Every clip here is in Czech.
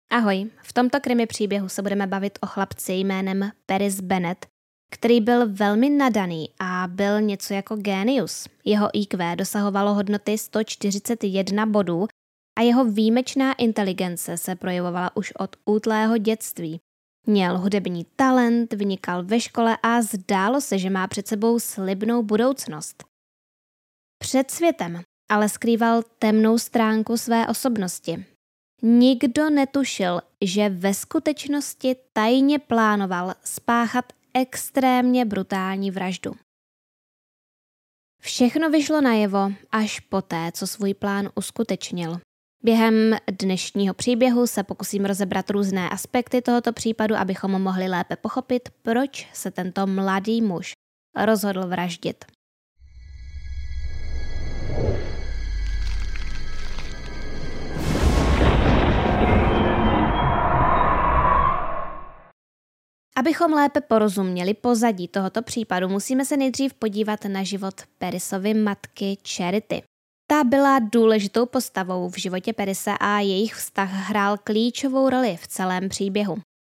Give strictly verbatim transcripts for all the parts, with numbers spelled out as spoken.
Ahoj, v tomto krimi příběhu se budeme bavit o chlapci jménem Paris Bennett, který byl velmi nadaný a byl něco jako génius. Jeho í kvé dosahovalo hodnoty sto čtyřicet jedna bodů a jeho výjimečná inteligence se projevovala už od útlého dětství. Měl hudební talent, vynikal ve škole a zdálo se, že má před sebou slibnou budoucnost. Před světem ale skrýval temnou stránku své osobnosti. Nikdo netušil, že ve skutečnosti tajně plánoval spáchat extrémně brutální vraždu. Všechno vyšlo najevo až poté, co svůj plán uskutečnil. Během dnešního příběhu se pokusím rozebrat různé aspekty tohoto případu, abychom mohli lépe pochopit, proč se tento mladý muž rozhodl vraždit. Abychom lépe porozuměli pozadí tohoto případu, musíme se nejdřív podívat na život Parisovy matky Charity. Ta byla důležitou postavou v životě Parise a jejich vztah hrál klíčovou roli v celém příběhu.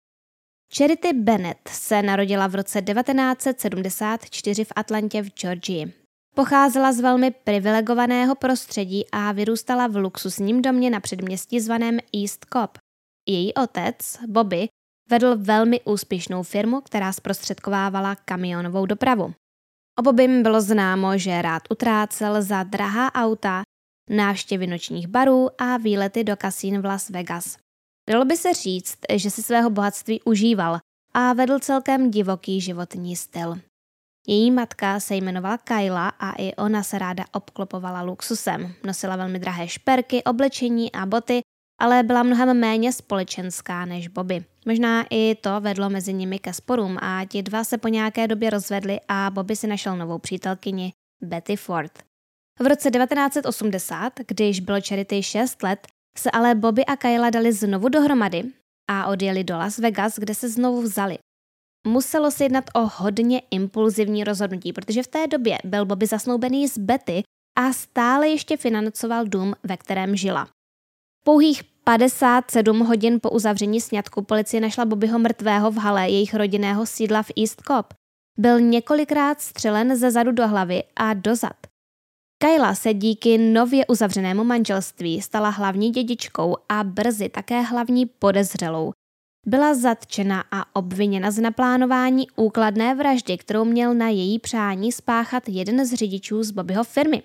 Charity Bennett se narodila v roce devatenáct set sedmdesát čtyři v Atlantě v Georgii. Pocházela z velmi privilegovaného prostředí a vyrůstala v luxusním domě na předměstí zvaném East Cobb. Její otec, Bobby, vedl velmi úspěšnou firmu, která zprostředkovávala kamionovou dopravu. O Bobbym bylo známo, že rád utrácel za drahá auta, návštěvy nočních barů a výlety do kasín v Las Vegas. Dalo by se říct, že si svého bohatství užíval a vedl celkem divoký životní styl. Její matka se jmenovala Kayla a i ona se ráda obklopovala luxusem. Nosila velmi drahé šperky, oblečení a boty, ale byla mnohem méně společenská než Bobby. Možná i to vedlo mezi nimi ke sporům a ti dva se po nějaké době rozvedli a Bobby si našel novou přítelkyni Betty Ford. V roce devatenáct set osmdesát, když bylo Charity šest let, se ale Bobby a Kayla dali znovu dohromady a odjeli do Las Vegas, kde se znovu vzali. Muselo se jednat o hodně impulzivní rozhodnutí, protože v té době byl Bobby zasnoubený s Betty a stále ještě financoval dům, ve kterém žila. Pouhých padesát sedm hodin po uzavření sňatku policie našla Bobbyho mrtvého v hale jejich rodinného sídla v East Cobb. Byl několikrát střelen ze zadu do hlavy a do zad. Kayla se díky nově uzavřenému manželství stala hlavní dědičkou a brzy také hlavní podezřelou. Byla zatčena a obviněna z naplánování úkladné vraždy, kterou měl na její přání spáchat jeden z řidičů z Bobbyho firmy.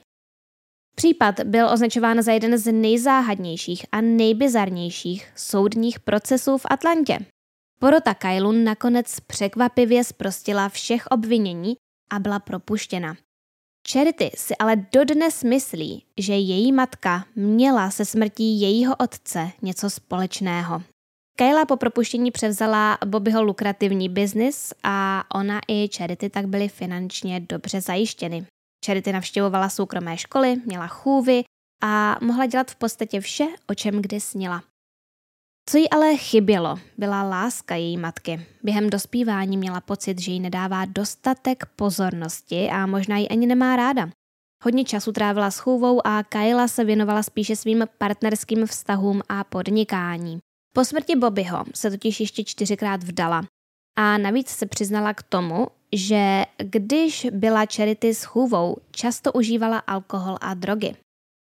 Případ byl označován za jeden z nejzáhadnějších a nejbizarnějších soudních procesů v Atlantě. Porota Kaylu nakonec překvapivě zprostila všech obvinění a byla propuštěna. Charity si ale dodnes myslí, že její matka měla se smrtí jejího otce něco společného. Kayla po propuštění převzala Bobbyho lukrativní biznis a ona i Charity tak byly finančně dobře zajištěny. Charity navštěvovala soukromé školy, měla chůvy a mohla dělat v podstatě vše, o čem kdy snila. Co jí ale chybělo, byla láska její matky. Během dospívání měla pocit, že jí nedává dostatek pozornosti a možná ji ani nemá ráda. Hodně času trávila s chůvou a Kayla se věnovala spíše svým partnerským vztahům a podnikání. Po smrti Bobbyho se totiž ještě čtyřikrát vdala a navíc se přiznala k tomu, že když byla Charity s chůvou, často užívala alkohol a drogy.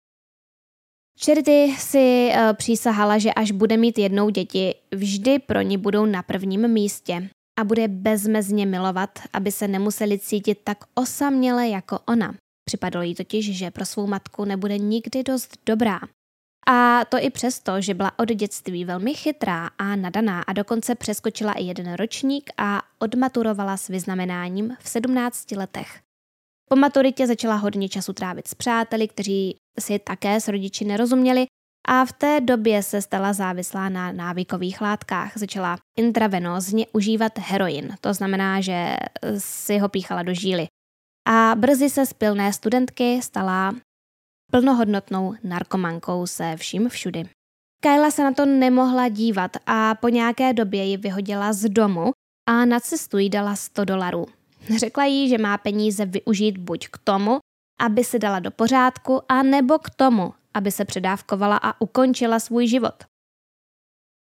Charity si e, přísahala, že až bude mít jednou děti, vždy pro ní budou na prvním místě a bude bezmezně milovat, aby se nemuseli cítit tak osaměle jako ona. Připadalo jí totiž, že pro svou matku nebude nikdy dost dobrá. A to i přesto, že byla od dětství velmi chytrá a nadaná a dokonce přeskočila i jeden ročník a odmaturovala s vyznamenáním v sedmnácti letech. Po maturitě začala hodně času trávit s přáteli, kteří si také s rodiči nerozuměli a v té době se stala závislá na návykových látkách. Začala intravenózně užívat heroin, to znamená, že si ho píchala do žíly. A brzy se z pilné studentky stala plnohodnotnou narkomankou se vším všudy. Kayla se na to nemohla dívat a po nějaké době ji vyhodila z domu a na cestu jí dala sto dolarů. Řekla jí, že má peníze využít buď k tomu, aby se dala do pořádku, a nebo k tomu, aby se předávkovala a ukončila svůj život.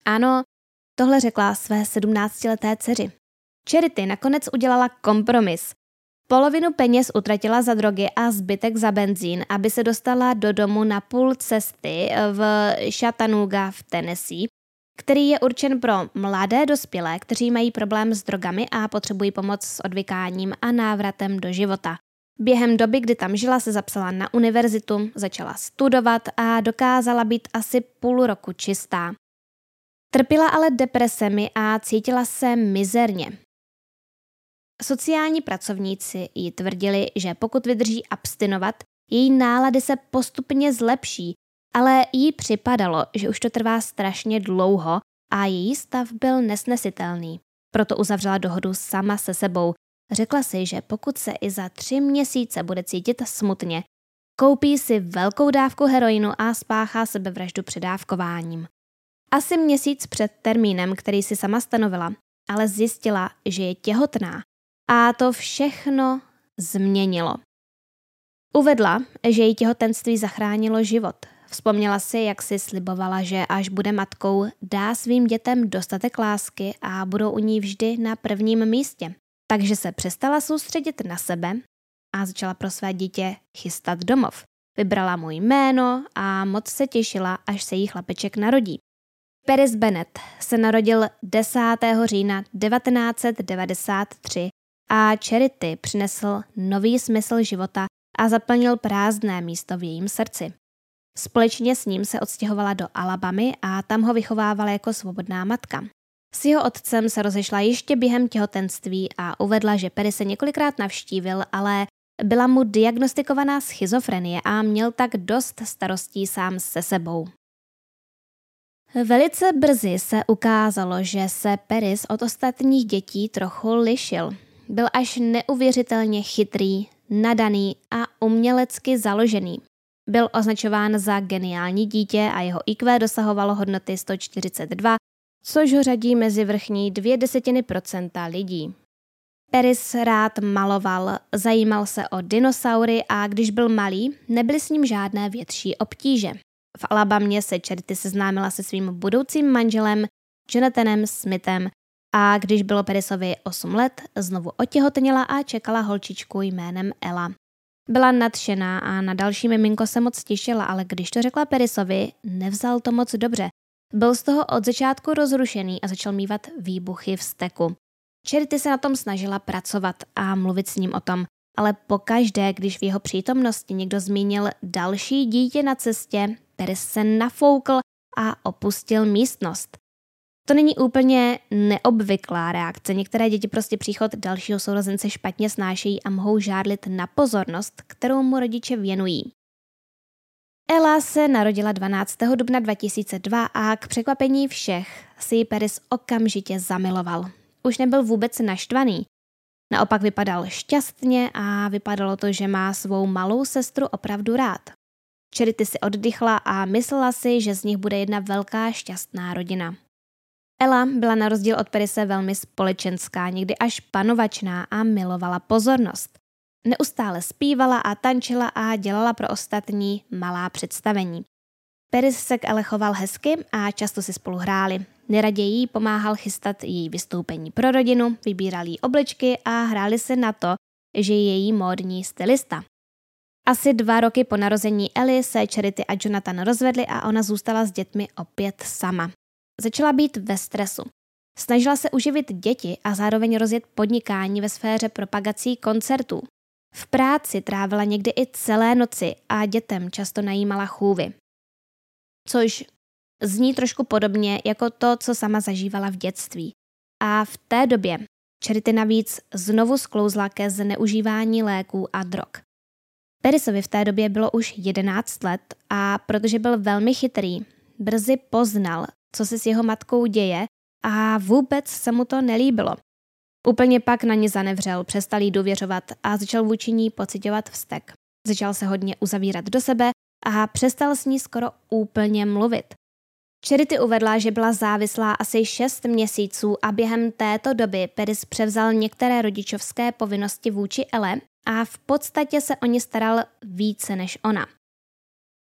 Ano, tohle řekla své sedmnáctileté dceři. Charity nakonec udělala kompromis. Polovinu peněz utratila za drogy a zbytek za benzín, aby se dostala do domu na půl cesty v Chattanooga v Tennessee, který je určen pro mladé dospělé, kteří mají problém s drogami a potřebují pomoc s odvykáním a návratem do života. Během doby, kdy tam žila, se zapsala na univerzitu, začala studovat a dokázala být asi půl roku čistá. Trpěla ale depresemi a cítila se mizerně. Sociální pracovníci jí tvrdili, že pokud vydrží abstinovat, její nálady se postupně zlepší, ale jí připadalo, že už to trvá strašně dlouho a její stav byl nesnesitelný. Proto uzavřela dohodu sama se sebou. Řekla si, že pokud se i za tři měsíce bude cítit smutně, koupí si velkou dávku heroinu a spáchá sebevraždu předávkováním. Asi měsíc před termínem, který si sama stanovila, ale zjistila, že je těhotná. A to všechno změnilo. Uvedla, že její těhotenství zachránilo život. Vzpomněla si, jak si slibovala, že až bude matkou, dá svým dětem dostatek lásky a budou u ní vždy na prvním místě. Takže se přestala soustředit na sebe a začala pro své dítě chystat domov. Vybrala mu jméno a moc se těšila, až se jí chlapeček narodí. Paris Bennett se narodil desátého října devatenáct set devadesát tři a Charity přinesl nový smysl života a zaplnil prázdné místo v jejím srdci. Společně s ním se odstěhovala do Alabamy a tam ho vychovávala jako svobodná matka. S jeho otcem se rozešla ještě během těhotenství a uvedla, že Perry se několikrát navštívil, ale byla mu diagnostikovaná schizofrenie a měl tak dost starostí sám se sebou. Velice brzy se ukázalo, že se Paris od ostatních dětí trochu lišil. Byl až neuvěřitelně chytrý, nadaný a umělecky založený. Byl označován za geniální dítě a jeho í kvé dosahovalo hodnoty sto čtyřicet dva, což ho řadí mezi vrchní dvě desetiny procenta lidí. Paris rád maloval, zajímal se o dinosaury a když byl malý, nebyly s ním žádné větší obtíže. V Alabamě se Charity seznámila se svým budoucím manželem Jonathanem Smithem a když bylo Parisovi osm let, znovu otěhotněla a čekala holčičku jménem Ella. Byla nadšená a na další miminko se moc těšila, ale když to řekla Parisovi, nevzal to moc dobře. Byl z toho od začátku rozrušený a začal mívat výbuchy vzteku. Charity se na tom snažila pracovat a mluvit s ním o tom, ale pokaždé, když v jeho přítomnosti někdo zmínil další dítě na cestě, Paris se nafoukl a opustil místnost. To není úplně neobvyklá reakce. Některé děti prostě příchod dalšího sourozence špatně snášejí a mohou žádlit na pozornost, kterou mu rodiče věnují. Ella se narodila dvanáctého dubna dva tisíce dva a k překvapení všech si ji Paris okamžitě zamiloval. Už nebyl vůbec naštvaný. Naopak vypadal šťastně a vypadalo to, že má svou malou sestru opravdu rád. Charity si oddychla a myslela si, že z nich bude jedna velká šťastná rodina. Ella byla na rozdíl od Parise velmi společenská, někdy až panovačná a milovala pozornost. Neustále zpívala a tančila a dělala pro ostatní malá představení. Paris se k Elle choval hezky a často si spolu hráli. Nejraději jí pomáhal chystat její vystoupení pro rodinu, vybíral jí oblečky a hráli se na to, že je její módní stylista. Asi dva roky po narození Ellie se Charity a Jonathan rozvedli a ona zůstala s dětmi opět sama. Začala být ve stresu. Snažila se uživit děti a zároveň rozjet podnikání ve sféře propagací koncertů. V práci trávila někdy i celé noci a dětem často najímala chůvy. Což zní trošku podobně jako to, co sama zažívala v dětství. A v té době Charity navíc znovu sklouzla ke zneužívání léků a drog. Parisovi v té době bylo už jedenáct let a protože byl velmi chytrý, brzy poznal, co se s jeho matkou děje a vůbec se mu to nelíbilo. Úplně pak na ně zanevřel, přestal jí důvěřovat a začal vůči ní pociťovat vztek. Začal se hodně uzavírat do sebe a přestal s ní skoro úplně mluvit. Charity uvedla, že byla závislá asi šest měsíců a během této doby Paris převzal některé rodičovské povinnosti vůči Elle a v podstatě se o ně staral více než ona.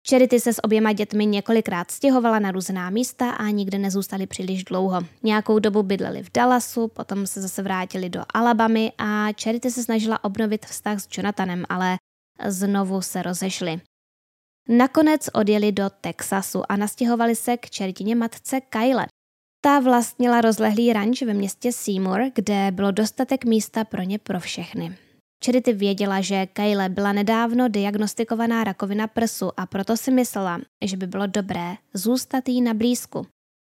Charity se s oběma dětmi několikrát stěhovala na různá místa a nikde nezůstali příliš dlouho. Nějakou dobu bydleli v Dallasu, potom se zase vrátili do Alabamy a Charity se snažila obnovit vztah s Jonathanem, ale znovu se rozešli. Nakonec odjeli do Texasu a nastěhovali se k Charityně matce Kyle. Ta vlastnila rozlehlý ranč ve městě Seymour, kde bylo dostatek místa pro ně pro všechny. Charity věděla, že Kyle byla nedávno diagnostikovaná rakovina prsu a proto si myslela, že by bylo dobré zůstat jí na blízku.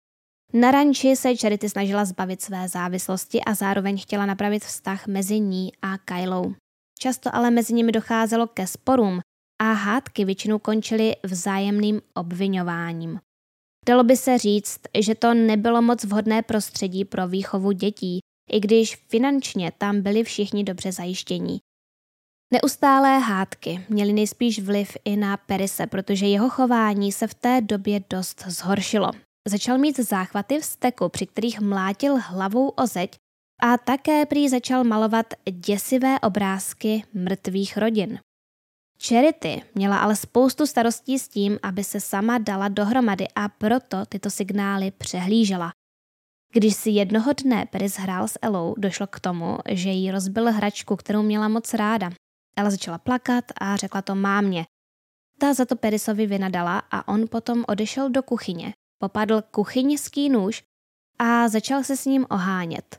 Na ranči se Charity snažila zbavit své závislosti a zároveň chtěla napravit vztah mezi ní a Kylou. Často ale mezi nimi docházelo ke sporům a hádky většinou končily vzájemným obvinováním. Dalo by se říct, že to nebylo moc vhodné prostředí pro výchovu dětí, i když finančně tam byli všichni dobře zajištění. Neustálé hádky měly nejspíš vliv i na Parise, protože jeho chování se v té době dost zhoršilo. Začal mít záchvaty vzteku, při kterých mlátil hlavou o zeď a také prý začal malovat děsivé obrázky mrtvých rodin. Charity měla ale spoustu starostí s tím, aby se sama dala dohromady a proto tyto signály přehlížela. Když si jednoho dne Paris hrál s Ellou, došlo k tomu, že jí rozbil hračku, kterou měla moc ráda. Ella začala plakat a řekla to mámě. Ta za to Parisovi vynadala a on potom odešel do kuchyně, popadl kuchyňský nůž a začal se s ním ohánět.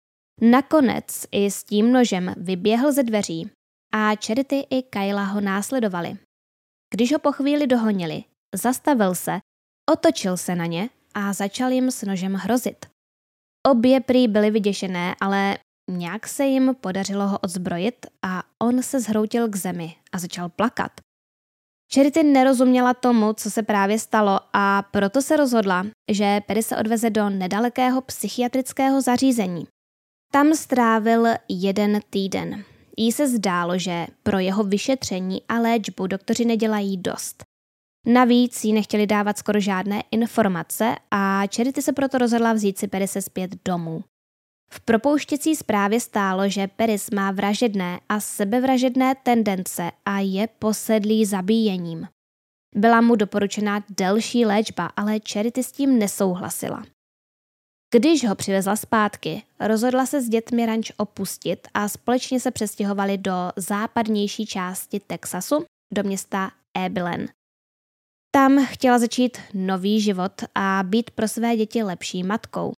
Nakonec i s tím nožem vyběhl ze dveří a Charity i Kyla ho následovali. Když ho po chvíli dohonili, zastavil se, otočil se na ně a začal jim s nožem hrozit. Obě prý byly vyděšené, ale nějak se jim podařilo ho odzbrojit a on se zhroutil k zemi a začal plakat. Charity nerozuměla tomu, co se právě stalo a proto se rozhodla, že Paris se odveze do nedalekého psychiatrického zařízení. Tam strávil jeden týden. Jí se zdálo, že pro jeho vyšetření a léčbu doktoři nedělají dost. Navíc jí nechtěli dávat skoro žádné informace a Charity se proto rozhodla vzít si Parise zpět domů. V propouštěcí zprávě stálo, že Paris má vražedné a sebevražedné tendence a je posedlý zabíjením. Byla mu doporučena delší léčba, ale Charity s tím nesouhlasila. Když ho přivezla zpátky, rozhodla se s dětmi ranč opustit a společně se přestěhovali do západnější části Texasu, do města Abilene. Tam chtěla začít nový život a být pro své děti lepší matkou.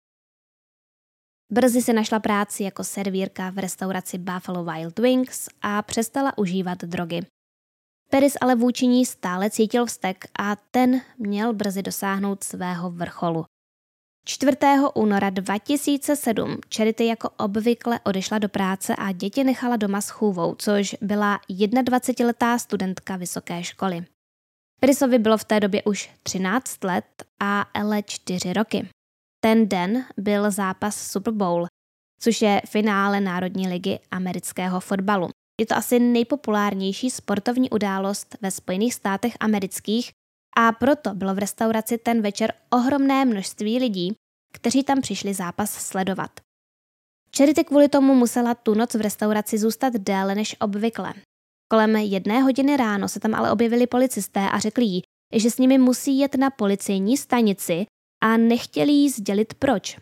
Brzy si našla práci jako servírka v restauraci Buffalo Wild Wings a přestala užívat drogy. Paris ale vůči ní stále cítil vztek a ten měl brzy dosáhnout svého vrcholu. čtvrtého února dva tisíce sedm Charity jako obvykle odešla do práce a děti nechala doma s chůvou, což byla dvacetijednoletá studentka vysoké školy. Parisovi bylo v té době už třináct let a Elle čtyři roky. Ten den byl zápas Super Bowl, což je finále Národní ligy amerického fotbalu. Je to asi nejpopulárnější sportovní událost ve Spojených státech amerických a proto bylo v restauraci ten večer ohromné množství lidí, kteří tam přišli zápas sledovat. Charity kvůli tomu musela tu noc v restauraci zůstat déle než obvykle. Kolem jedné hodiny ráno se tam ale objevili policisté a řekli jí, že s nimi musí jet na policejní stanici a nechtěli jí sdělit proč.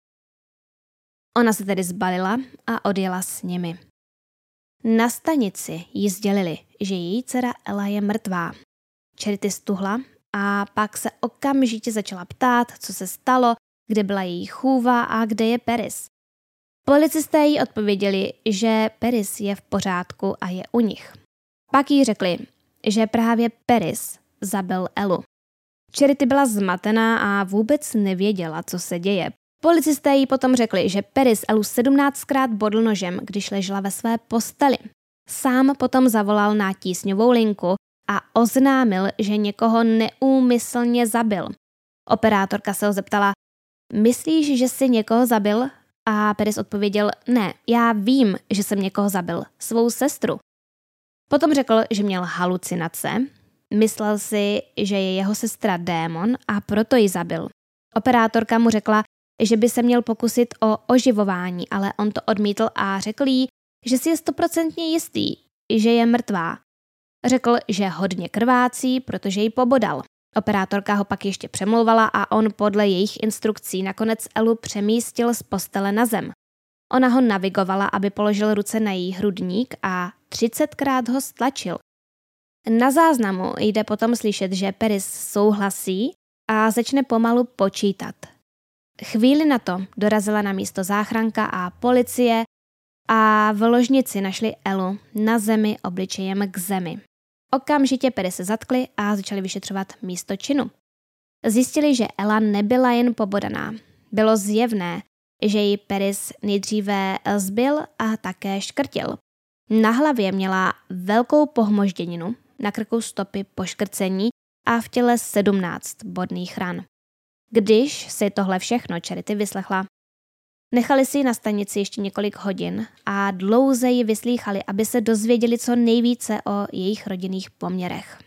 Ona se tedy zbalila a odjela s nimi. Na stanici jí sdělili, že její dcera Ella je mrtvá. Charity stuhla a pak se okamžitě začala ptát, co se stalo, kde byla její chůva a kde je Paris. Policisté jí odpověděli, že Paris je v pořádku a je u nich. Pak jí řekli, že právě Paris zabil Ellu. Charity byla zmatená a vůbec nevěděla, co se děje. Policisté jí potom řekli, že Paris Ellu sedmnáctkrát bodl nožem, když ležela ve své posteli. Sám potom zavolal na tísňovou linku a oznámil, že někoho neúmyslně zabil. Operátorka se ho zeptala, myslíš, že jsi někoho zabil? A Paris odpověděl, ne, já vím, že jsem někoho zabil, svou sestru. Potom řekl, že měl halucinace, myslel si, že je jeho sestra démon a proto ji zabil. Operátorka mu řekla, že by se měl pokusit o oživování, ale on to odmítl a řekl jí, že si je stoprocentně jistý, že je mrtvá. Řekl, že hodně krvácí, protože ji pobodal. Operátorka ho pak ještě přemlouvala a on podle jejich instrukcí nakonec Elu přemístil z postele na zem. Ona ho navigovala, aby položil ruce na její hrudník a třicetkrát ho stlačil. Na záznamu jde potom slyšet, že Paris souhlasí a začne pomalu počítat. Chvíli na to dorazila na místo záchranka a policie a v ložnici našli Elu na zemi obličejem k zemi. Okamžitě Paris se zatkli a začali vyšetřovat místo činu. Zjistili, že Ela nebyla jen pobodaná. Bylo zjevné, že ji Paris nejdříve zbil a také škrtil. Na hlavě měla velkou pohmožděninu, na krku stopy poškrcení a v těle sedmnáct bodných ran. Když si tohle všechno Charity vyslechla, nechali si ji na stanici ještě několik hodin a dlouze ji vyslýchali, aby se dozvěděli co nejvíce o jejich rodinných poměrech.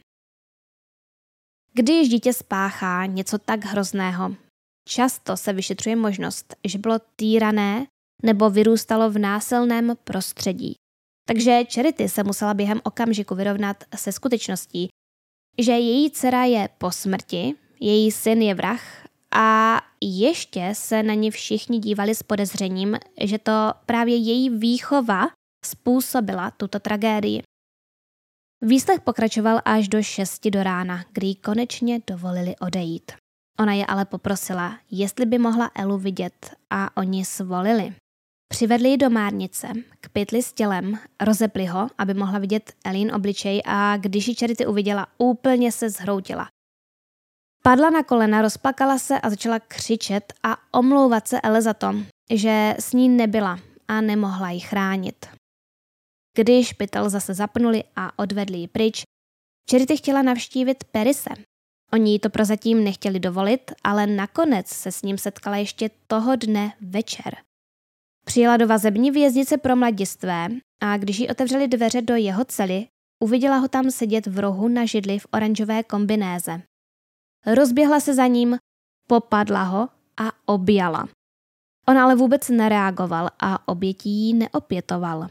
Když dítě spáchá něco tak hrozného, často se vyšetřuje možnost, že bylo týrané nebo vyrůstalo v násilném prostředí. Takže Charity se musela během okamžiku vyrovnat se skutečností, že její dcera je po smrti, její syn je vrah a ještě se na ní všichni dívali s podezřením, že to právě její výchova způsobila tuto tragédii. Výslech pokračoval až do šesti do rána, kdy jí konečně dovolili odejít. Ona je ale poprosila, jestli by mohla Elu vidět a oni svolili. Přivedli ji do márnice, k pytli s tělem, rozepli ho, aby mohla vidět Elin obličej a když ji Charity uviděla, úplně se zhroutila. Padla na kolena, rozplakala se a začala křičet a omlouvat se Ele za to, že s ní nebyla a nemohla ji chránit. Když pytel zase zapnuli a odvedli ji pryč, Charity chtěla navštívit Parise. Oni jí to prozatím nechtěli dovolit, ale nakonec se s ním setkala ještě toho dne večer. Přijela do vazební věznice pro mladistvé a když jí otevřeli dveře do jeho cely, uviděla ho tam sedět v rohu na židli v oranžové kombinéze. Rozběhla se za ním, popadla ho a objala. On ale vůbec nereagoval a obětí jí neopětoval.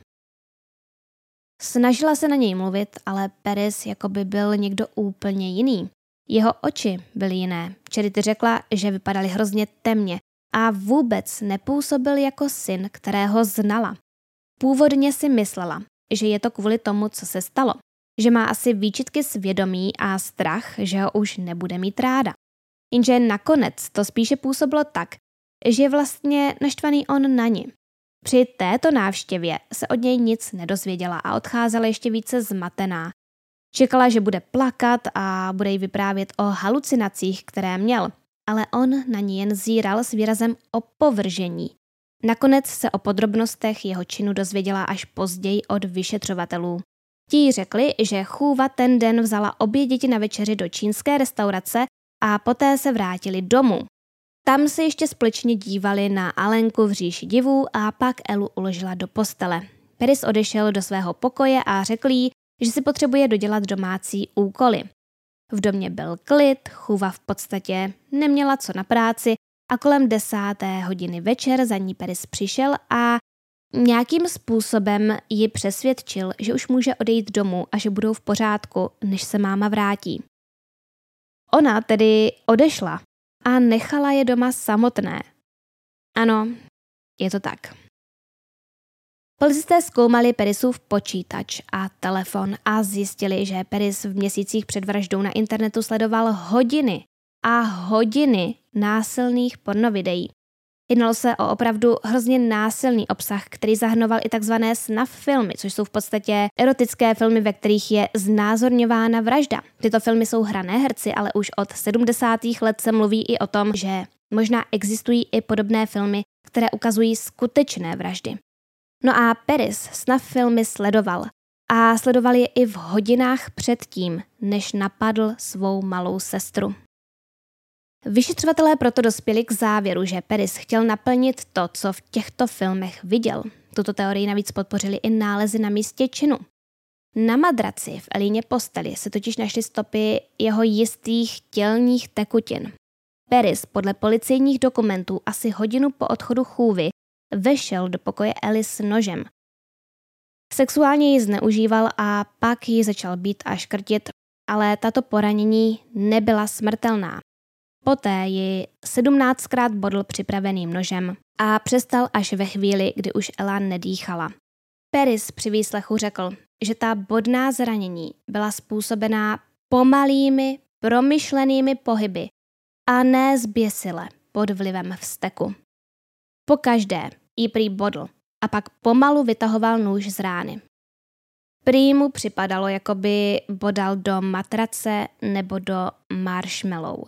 Snažila se na něj mluvit, ale Paris jako by byl někdo úplně jiný. Jeho oči byly jiné. Charity řekla, že vypadaly hrozně temně a vůbec nepůsobil jako syn, kterého znala. Původně si myslela, že je to kvůli tomu, co se stalo. Že má asi výčitky svědomí a strach, že ho už nebude mít ráda. Jenže nakonec to spíše působilo tak, že je vlastně naštvaný on na ni. Při této návštěvě se od něj nic nedozvěděla a odcházela ještě více zmatená. Čekala, že bude plakat a bude jí vyprávět o halucinacích, které měl, ale on na ní jen zíral s výrazem opovržení. Nakonec se o podrobnostech jeho činu dozvěděla až později od vyšetřovatelů. Ti jí řekli, že chůva ten den vzala obě děti na večeři do čínské restaurace a poté se vrátili domů. Tam se ještě společně dívali na Alenku v říši divů a pak Elu uložila do postele. Paris odešel do svého pokoje a řekl jí, že si potřebuje dodělat domácí úkoly. V domě byl klid, chůva v podstatě neměla co na práci a kolem desáté hodiny večer za ní Paris přišel a nějakým způsobem ji přesvědčil, že už může odejít domů a že budou v pořádku, než se máma vrátí. Ona tedy odešla a nechala je doma samotné. Ano, je to tak. Policisté zkoumali Parisův počítač a telefon a zjistili, že Paris v měsících před vraždou na internetu sledoval hodiny a hodiny násilných pornovideí. Jednalo se o opravdu hrozně násilný obsah, který zahrnoval i takzvané snuff filmy, což jsou v podstatě erotické filmy, ve kterých je znázorňována vražda. Tyto filmy jsou hrané herci, ale už od sedmdesátých let se mluví i o tom, že možná existují i podobné filmy, které ukazují skutečné vraždy. No a Paris snuff filmy sledoval a sledoval je i v hodinách předtím, než napadl svou malou sestru. Vyšetřovatelé proto dospěli k závěru, že Paris chtěl naplnit to, co v těchto filmech viděl. Tuto teorii navíc podpořili i nálezy na místě činu. Na madraci v Elině posteli se totiž našly stopy jeho jistých tělních tekutin. Paris podle policejních dokumentů asi hodinu po odchodu chůvy vešel do pokoje Eli s nožem. Sexuálně ji zneužíval a pak ji začal bít a škrtit, ale tato poranění nebyla smrtelná. Poté ji sedmnáctkrát bodl připraveným nožem a přestal až ve chvíli, kdy už Ella nedýchala. Paris při výslechu řekl, že ta bodná zranění byla způsobená pomalými, promyšlenými pohyby a ne zběsile pod vlivem vzteku. Pokaždé jí prý bodl a pak pomalu vytahoval nůž z rány. Prý mu připadalo, jako by bodal do matrace nebo do marshmallow.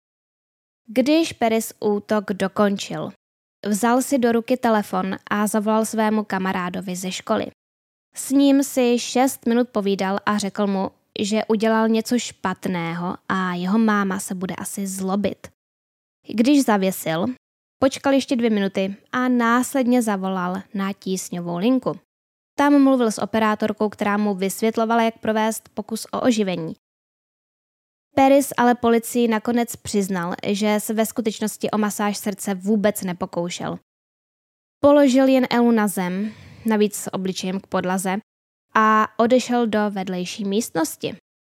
Když Paris útok dokončil, vzal si do ruky telefon a zavolal svému kamarádovi ze školy. S ním si šest minut povídal a řekl mu, že udělal něco špatného a jeho máma se bude asi zlobit. Když zavěsil, počkal ještě dvě minuty a následně zavolal na tísňovou linku. Tam mluvil s operátorkou, která mu vysvětlovala, jak provést pokus o oživení. Paris ale policii nakonec přiznal, že se ve skutečnosti o masáž srdce vůbec nepokoušel. Položil jen Elu na zem, navíc s obličejem k podlaze, a odešel do vedlejší místnosti.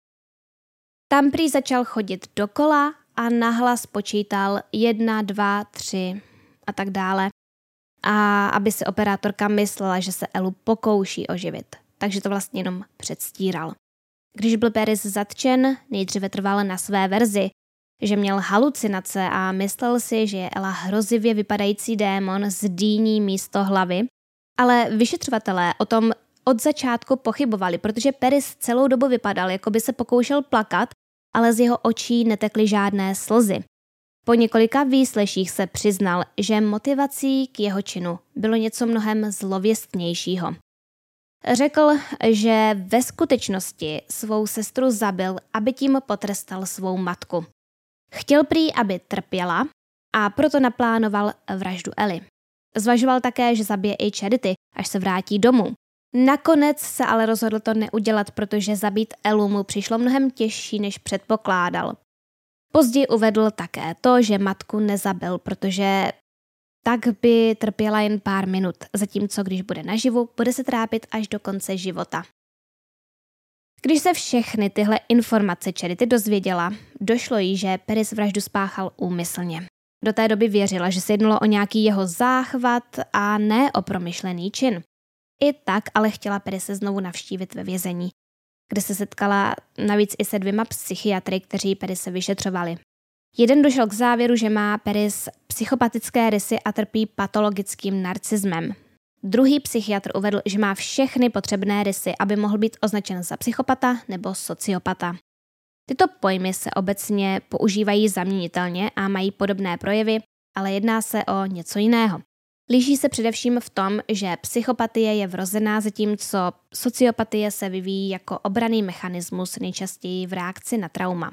Tam prý začal chodit dokola a nahlas počítal jedna, dva, tři a tak dále. A aby si operátorka myslela, že se Elu pokouší oživit, takže to vlastně jenom předstíral. Když byl Paris zatčen, nejdříve trval na své verzi, že měl halucinace a myslel si, že je Ela hrozivě vypadající démon s dýní místo hlavy, ale vyšetřovatelé o tom od začátku pochybovali, protože Paris celou dobu vypadal, jako by se pokoušel plakat, ale z jeho očí netekly žádné slzy. Po několika výsleších se přiznal, že motivací k jeho činu bylo něco mnohem zlověstnějšího. Řekl, že ve skutečnosti svou sestru zabil, aby tím potrestal svou matku. Chtěl prý, aby trpěla, a proto naplánoval vraždu Elly. Zvažoval také, že zabije i Charity, až se vrátí domů. Nakonec se ale rozhodl to neudělat, protože zabít Elu mu přišlo mnohem těžší, než předpokládal. Později uvedl také to, že matku nezabil, protože tak by trpěla jen pár minut, zatímco když bude naživu, bude se trápit až do konce života. Když se všechny tyhle informace Charity dozvěděla, došlo jí, že Paris vraždu spáchal úmyslně. Do té doby věřila, že se jednalo o nějaký jeho záchvat a ne o promyšlený čin. I tak ale chtěla Parise znovu navštívit ve vězení, kde se setkala navíc i se dvěma psychiatry, kteří Parise vyšetřovali. Jeden došel k závěru, že má Paris psychopatické rysy a trpí patologickým narcismem. Druhý psychiatr uvedl, že má všechny potřebné rysy, aby mohl být označen za psychopata nebo sociopata. Tyto pojmy se obecně používají zaměnitelně a mají podobné projevy, ale jedná se o něco jiného. Liší se především v tom, že psychopatie je vrozená, zatímco sociopatie se vyvíjí jako obranný mechanismus, nejčastěji v reakci na trauma.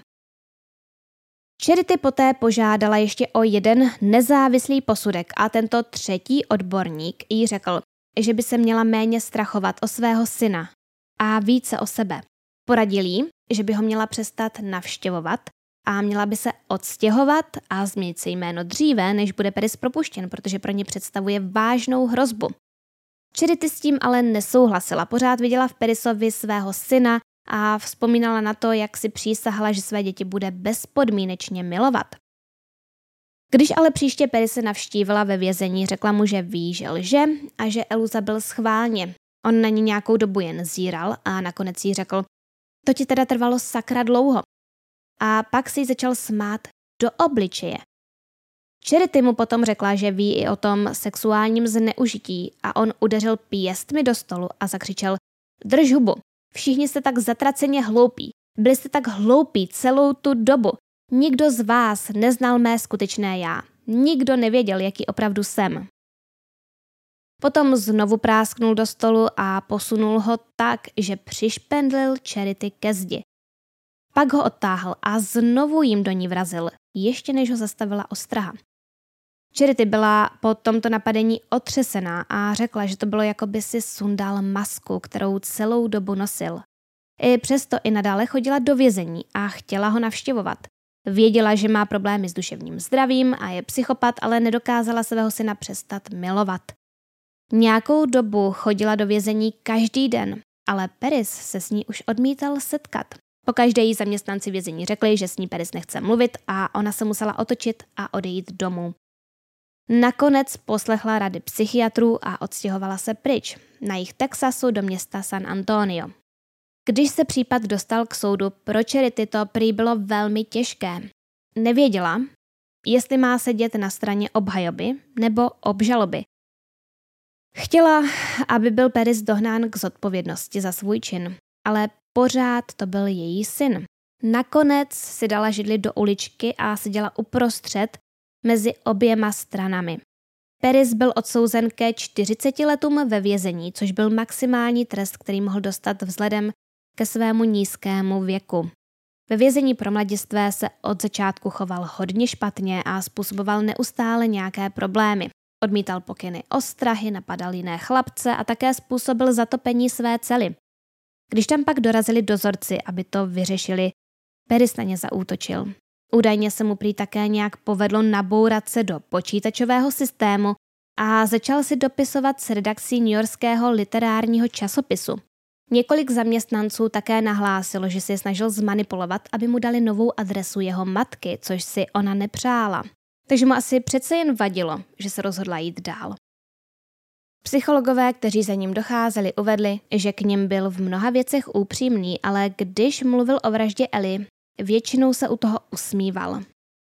Charity poté požádala ještě o jeden nezávislý posudek a tento třetí odborník jí řekl, že by se měla méně strachovat o svého syna a více o sebe. Poradil jí, že by ho měla přestat navštěvovat a měla by se odstěhovat a změnit si jméno dříve, než bude Paris propuštěn, protože pro ně představuje vážnou hrozbu. Charity s tím ale nesouhlasila, pořád viděla v Parisovi svého syna a vzpomínala na to, jak si přísahala, že své děti bude bezpodmínečně milovat. Když ale příště Parise navštívila ve vězení, řekla mu, že ví, že lže a že Elu zabil schválně. On na ní nějakou dobu jen zíral a nakonec jí řekl, to ti teda trvalo sakra dlouho. A pak si jí začal smát do obličeje. Charity mu potom řekla, že ví i o tom sexuálním zneužití a on udeřil pěstmi do stolu a zakřičel, drž hubu, všichni jste tak zatraceně hloupí, byli jste tak hloupí celou tu dobu. Nikdo z vás neznal mé skutečné já, nikdo nevěděl, jaký opravdu jsem. Potom znovu prásknul do stolu a posunul ho tak, že přišpendlil Charity ke zdi. Pak ho odtáhl a znovu jim do ní vrazil, ještě než ho zastavila ostraha. Charity byla po tomto napadení otřesená a řekla, že to bylo, jako by si sundal masku, kterou celou dobu nosil. I přesto i nadále chodila do vězení a chtěla ho navštěvovat. Věděla, že má problémy s duševním zdravím a je psychopat, ale nedokázala svého syna přestat milovat. Nějakou dobu chodila do vězení každý den, ale Paris se s ní už odmítal setkat. Pokaždé jí zaměstnanci vězení řekli, že s ní Paris nechce mluvit a ona se musela otočit a odejít domů. Nakonec poslechla rady psychiatrů a odstěhovala se pryč, na jih Texasu do města San Antonio. Když se případ dostal k soudu, pro Charity to prý bylo velmi těžké. Nevěděla, jestli má sedět na straně obhajoby nebo obžaloby. Chtěla, aby byl Paris dohnán k zodpovědnosti za svůj čin, ale pořád to byl její syn. Nakonec si dala židli do uličky a seděla uprostřed mezi oběma stranami. Paris byl odsouzen ke čtyřiceti letům ve vězení, což byl maximální trest, který mohl dostat vzhledem ke svému nízkému věku. Ve vězení pro mladistvé se od začátku choval hodně špatně a způsoboval neustále nějaké problémy. Odmítal pokyny ostrahy, napadal jiné chlapce a také způsobil zatopení své cely. Když tam pak dorazili dozorci, aby to vyřešili, Paris na ně zaútočil. Údajně se mu prý také nějak povedlo nabourat se do počítačového systému a začal si dopisovat s redakcí newyorského literárního časopisu. Několik zaměstnanců také nahlásilo, že si je snažil zmanipulovat, aby mu dali novou adresu jeho matky, což si ona nepřála. Takže mu asi přece jen vadilo, že se rozhodla jít dál. Psychologové, kteří za ním docházeli, uvedli, že k nim byl v mnoha věcech upřímný, ale když mluvil o vraždě Ellie, většinou se u toho usmíval.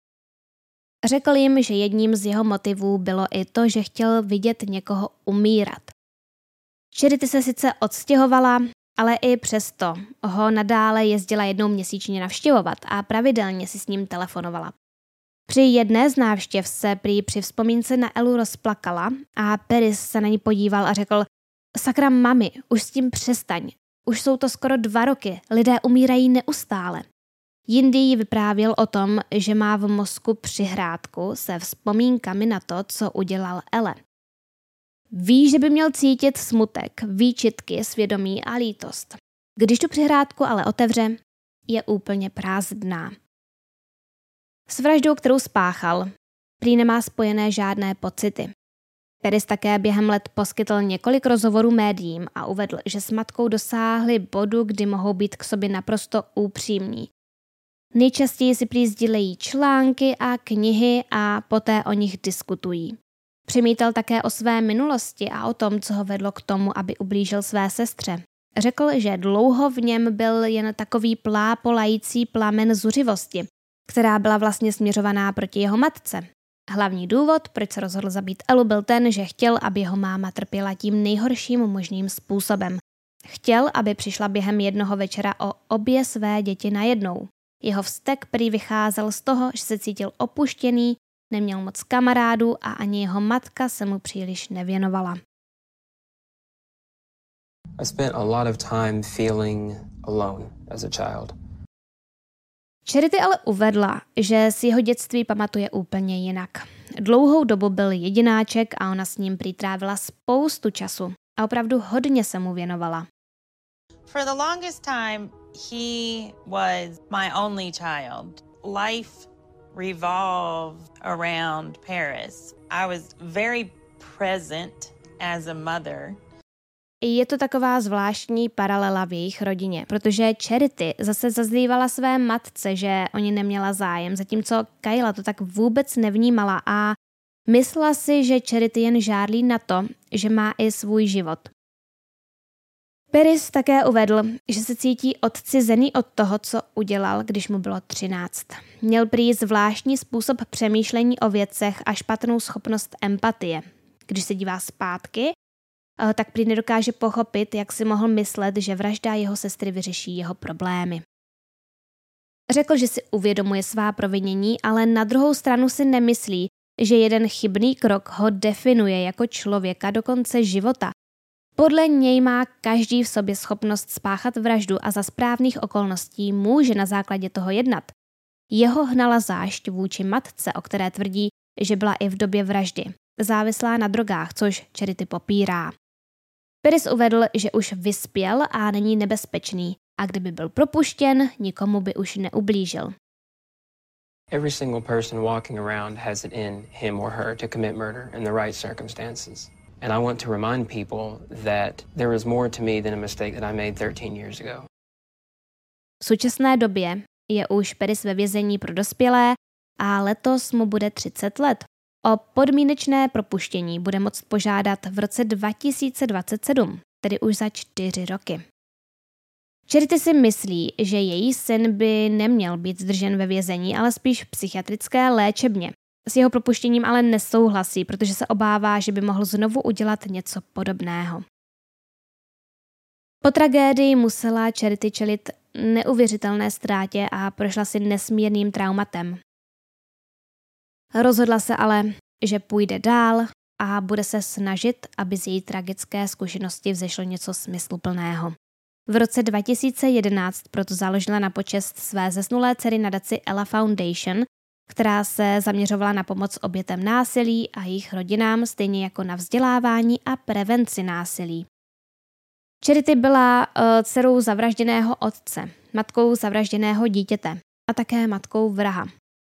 Řekl jim, že jedním z jeho motivů bylo i to, že chtěl vidět někoho umírat. Charity se sice odstěhovala, ale i přesto ho nadále jezdila jednou měsíčně navštěvovat a pravidelně si s ním telefonovala. Při jedné z návštěv se prý při vzpomínce na Elu rozplakala a Paris se na ní podíval a řekl: sakra mami, už s tím přestaň. Už jsou to skoro dva roky, lidé umírají neustále. Jindy jí vyprávěl o tom, že má v mozku přihrádku se vzpomínkami na to, co udělal Elle. Ví, že by měl cítit smutek, výčitky, svědomí a lítost. Když tu přihrádku ale otevře, je úplně prázdná. S vraždou, kterou spáchal, prý nemá spojené žádné pocity. Paris také během let poskytl několik rozhovorů médiím a uvedl, že s matkou dosáhli bodu, kdy mohou být k sobě naprosto upřímní. Nejčastěji si prý sdílejí články a knihy a poté o nich diskutují. Přemítal také o své minulosti a o tom, co ho vedlo k tomu, aby ublížil své sestře. Řekl, že dlouho v něm byl jen takový plápolající plamen zuřivosti, která byla vlastně směřovaná proti jeho matce. Hlavní důvod, proč se rozhodl zabít Elu, byl ten, že chtěl, aby jeho máma trpěla tím nejhorším možným způsobem. Chtěl, aby přišla během jednoho večera o obě své děti najednou. Jeho vztek prý vycházel z toho, že se cítil opuštěný, neměl moc kamarádů a ani jeho matka se mu příliš nevěnovala. I spent a lot of time feeling alone as a child. Charity ale uvedla, že si jeho dětství pamatuje úplně jinak. Dlouhou dobu byl jedináček a ona s ním prý trávila spoustu času a opravdu hodně se mu věnovala. For the longest time, he was my only child. Life revolved around Paris. I was very present as a mother. Je to taková zvláštní paralela v jejich rodině, protože Charity zase zazlívala své matce, že o ní neměla zájem, zatímco Kayla to tak vůbec nevnímala a myslela si, že Charity jen žárlí na to, že má i svůj život. Paris také uvedl, že se cítí odcizený od toho, co udělal, když mu bylo třináct. Měl prý zvláštní způsob přemýšlení o věcech a špatnou schopnost empatie. Když se dívá zpátky, tak prý nedokáže pochopit, jak si mohl myslet, že vražda jeho sestry vyřeší jeho problémy. Řekl, že si uvědomuje svá provinění, ale na druhou stranu si nemyslí, že jeden chybný krok ho definuje jako člověka do konce života. Podle něj má každý v sobě schopnost spáchat vraždu a za správných okolností může na základě toho jednat. Jeho hnala zášť vůči matce, o které tvrdí, že byla i v době vraždy závislá na drogách, což Charity popírá. Paris uvedl, že už vyspěl a není nebezpečný a kdyby byl propuštěn, nikomu by už neublížil. Every single person walking around has it in him or her to commit murder in the right circumstances. And I want to remind people that there is more to me than a mistake that I made thirteen years ago. V současné době je už Paris ve vězení pro dospělé a letos mu bude třicet let. O podmínečné propuštění bude moct požádat v roce dva tisíce dvacet sedm, tedy už za čtyři roky. Charity si myslí, že její syn by neměl být zdržen ve vězení, ale spíš v psychiatrické léčebně. S jeho propuštěním ale nesouhlasí, protože se obává, že by mohl znovu udělat něco podobného. Po tragédii musela Charity čelit neuvěřitelné ztrátě a prošla si nesmírným traumatem. Rozhodla se ale, že půjde dál a bude se snažit, aby z její tragické zkušenosti vzešlo něco smysluplného. V roce dva tisíce jedenáct proto založila na počest své zesnulé dcery nadaci Ella Foundation, která se zaměřovala na pomoc obětem násilí a jejich rodinám, stejně jako na vzdělávání a prevenci násilí. Charity byla uh, dcerou zavražděného otce, matkou zavražděného dítěte a také matkou vraha.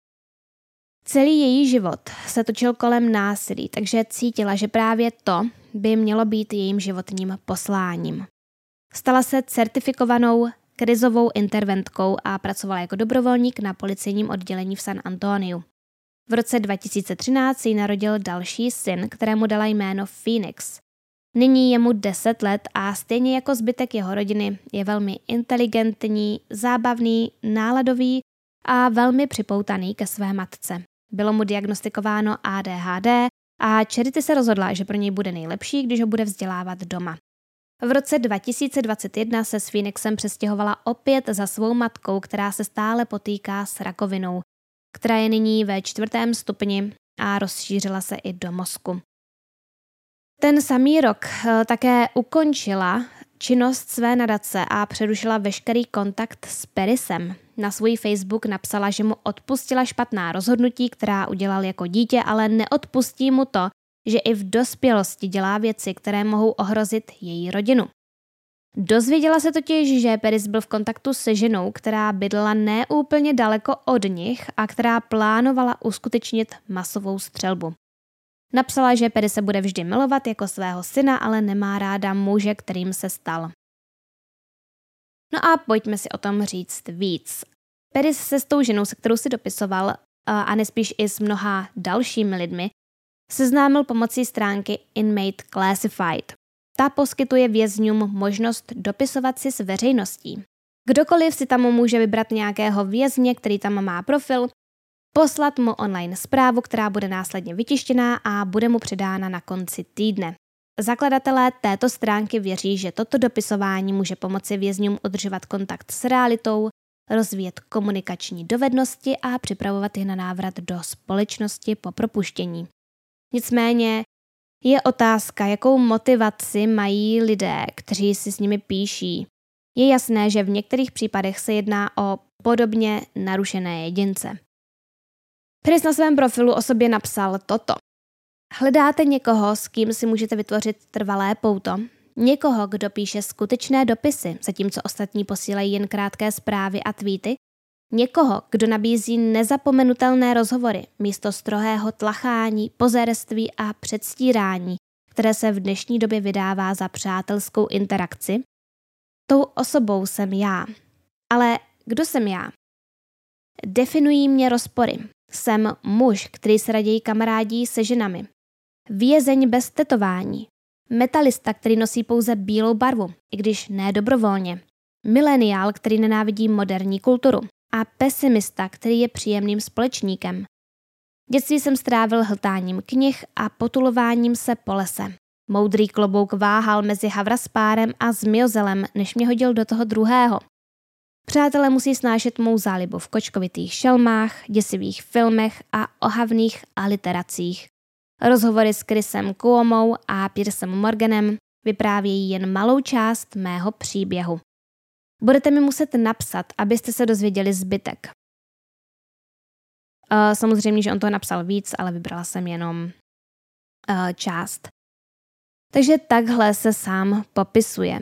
Celý její život se točil kolem násilí, takže cítila, že právě to by mělo být jejím životním posláním. Stala se certifikovanou krizovou interventkou a pracovala jako dobrovolník na policejním oddělení v San Antoniu. V roce dva tisíce třináct jí narodil další syn, kterému dala jméno Phoenix. Nyní je mu deset let a stejně jako zbytek jeho rodiny je velmi inteligentní, zábavný, náladový a velmi připoutaný ke své matce. Bylo mu diagnostikováno A D H D a Charity se rozhodla, že pro něj bude nejlepší, když ho bude vzdělávat doma. V roce dva tisíce dvacet jedna se s Phoenixem přestěhovala opět za svou matkou, která se stále potýká s rakovinou, která je nyní ve čtvrtém stupni a rozšířila se i do mozku. Ten samý rok také ukončila činnost své nadace a přerušila veškerý kontakt s Parisem. Na svůj Facebook napsala, že mu odpustila špatná rozhodnutí, která udělal jako dítě, ale neodpustí mu to, že i v dospělosti dělá věci, které mohou ohrozit její rodinu. Dozvěděla se totiž, že Paris byl v kontaktu se ženou, která bydlela neúplně daleko od nich a která plánovala uskutečnit masovou střelbu. Napsala, že Paris se bude vždy milovat jako svého syna, ale nemá ráda muže, kterým se stal. No a pojďme si o tom říct víc. Paris se s tou ženou, se kterou si dopisoval, a nejspíš i s mnoha dalšími lidmi, seznámil pomocí stránky Inmate Classified. Ta poskytuje vězňům možnost dopisovat si s veřejností. Kdokoliv si tam může vybrat nějakého vězně, který tam má profil, poslat mu online zprávu, která bude následně vytištěná a bude mu předána na konci týdne. Zakladatelé této stránky věří, že toto dopisování může pomoci vězňům udržovat kontakt s realitou, rozvíjet komunikační dovednosti a připravovat je na návrat do společnosti po propuštění. Nicméně je otázka, jakou motivaci mají lidé, kteří si s nimi píší. Je jasné, že v některých případech se jedná o podobně narušené jedince. Paris na svém profilu o sobě napsal toto. Hledáte někoho, s kým si můžete vytvořit trvalé pouto? Někoho, kdo píše skutečné dopisy, zatímco ostatní posílají jen krátké zprávy a tweety? Někoho, kdo nabízí nezapomenutelné rozhovory místo strohého tlachání, pozérství a předstírání, které se v dnešní době vydává za přátelskou interakci? Tou osobou jsem já. Ale kdo jsem já? Definují mě rozpory. Jsem muž, který se raději kamarádí se ženami. Vězeň bez tetování. Metalista, který nosí pouze bílou barvu, i když ne dobrovolně. Mileniál, který nenávidí moderní kulturu. A pesimista, který je příjemným společníkem. Dětství jsem strávil hltáním knih a potulováním se po lese. Moudrý klobouk váhal mezi havraspárem a zmiozelem, než mě hodil do toho druhého. Přátelé musí snášet mou zálibu v kočkovitých šelmách, děsivých filmech a ohavných aliteracích. Rozhovory s Chrisem Cuomou a Piersem Morganem vyprávějí jen malou část mého příběhu. Budete mi muset napsat, abyste se dozvěděli zbytek. Uh, samozřejmě, že on toho napsal víc, ale vybrala jsem jenom uh, část. Takže takhle se sám popisuje.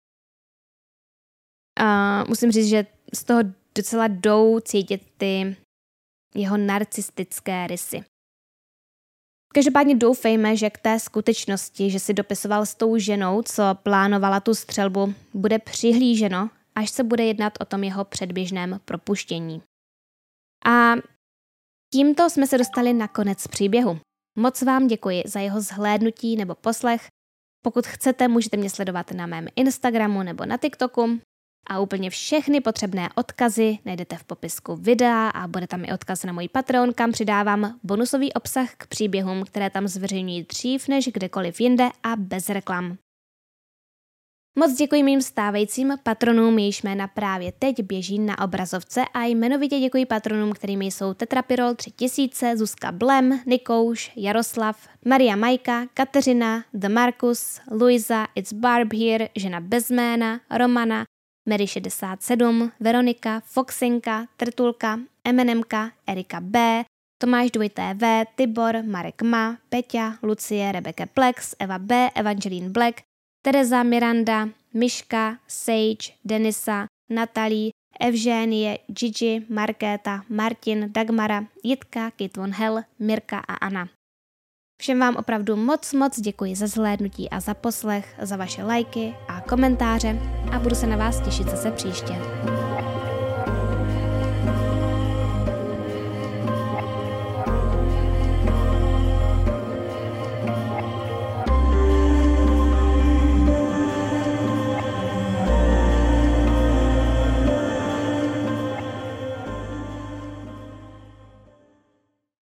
Uh, musím říct, že z toho docela jdou cítit ty jeho narcistické rysy. Každopádně doufejme, že k té skutečnosti, že si dopisoval s tou ženou, co plánovala tu střelbu, bude přihlíženo, až se bude jednat o tom jeho předběžném propuštění. A tímto jsme se dostali na konec příběhu. Moc vám děkuji za jeho zhlédnutí nebo poslech. Pokud chcete, můžete mě sledovat na mém Instagramu nebo na TikToku a úplně všechny potřebné odkazy najdete v popisku videa a bude tam i odkaz na můj Patreon, kam přidávám bonusový obsah k příběhům, které tam zveřejňuji dřív než kdekoliv jinde a bez reklam. Moc děkuji mým stávajícím patronům, jejichž jména právě teď běží na obrazovce a jmenovitě děkuji patronům, kterými jsou Tetrapyrol tři tisíce, Zuzka Blem, Nikouš, Jaroslav, Maria Majka, Kateřina, The Marcus, Luisa, It's Barb Here, Žena bez jména, Romana, Mary šedesát sedm, Veronika, Foxinka, Trtulka, Eminemka, Erika B, Tomáš dvojité V, Tibor, Marek Ma, Peťa, Lucie, Rebecca Plex, Eva B, Evangeline Black, Tereza, Miranda, Miška, Sage, Denisa, Natalie, Evženie, Gigi, Markéta, Martin, Dagmara, Jitka, Kate von Hell, Mirka a Anna. Všem vám opravdu moc, moc děkuji za zhlédnutí a za poslech, za vaše lajky a komentáře a budu se na vás těšit zase příště.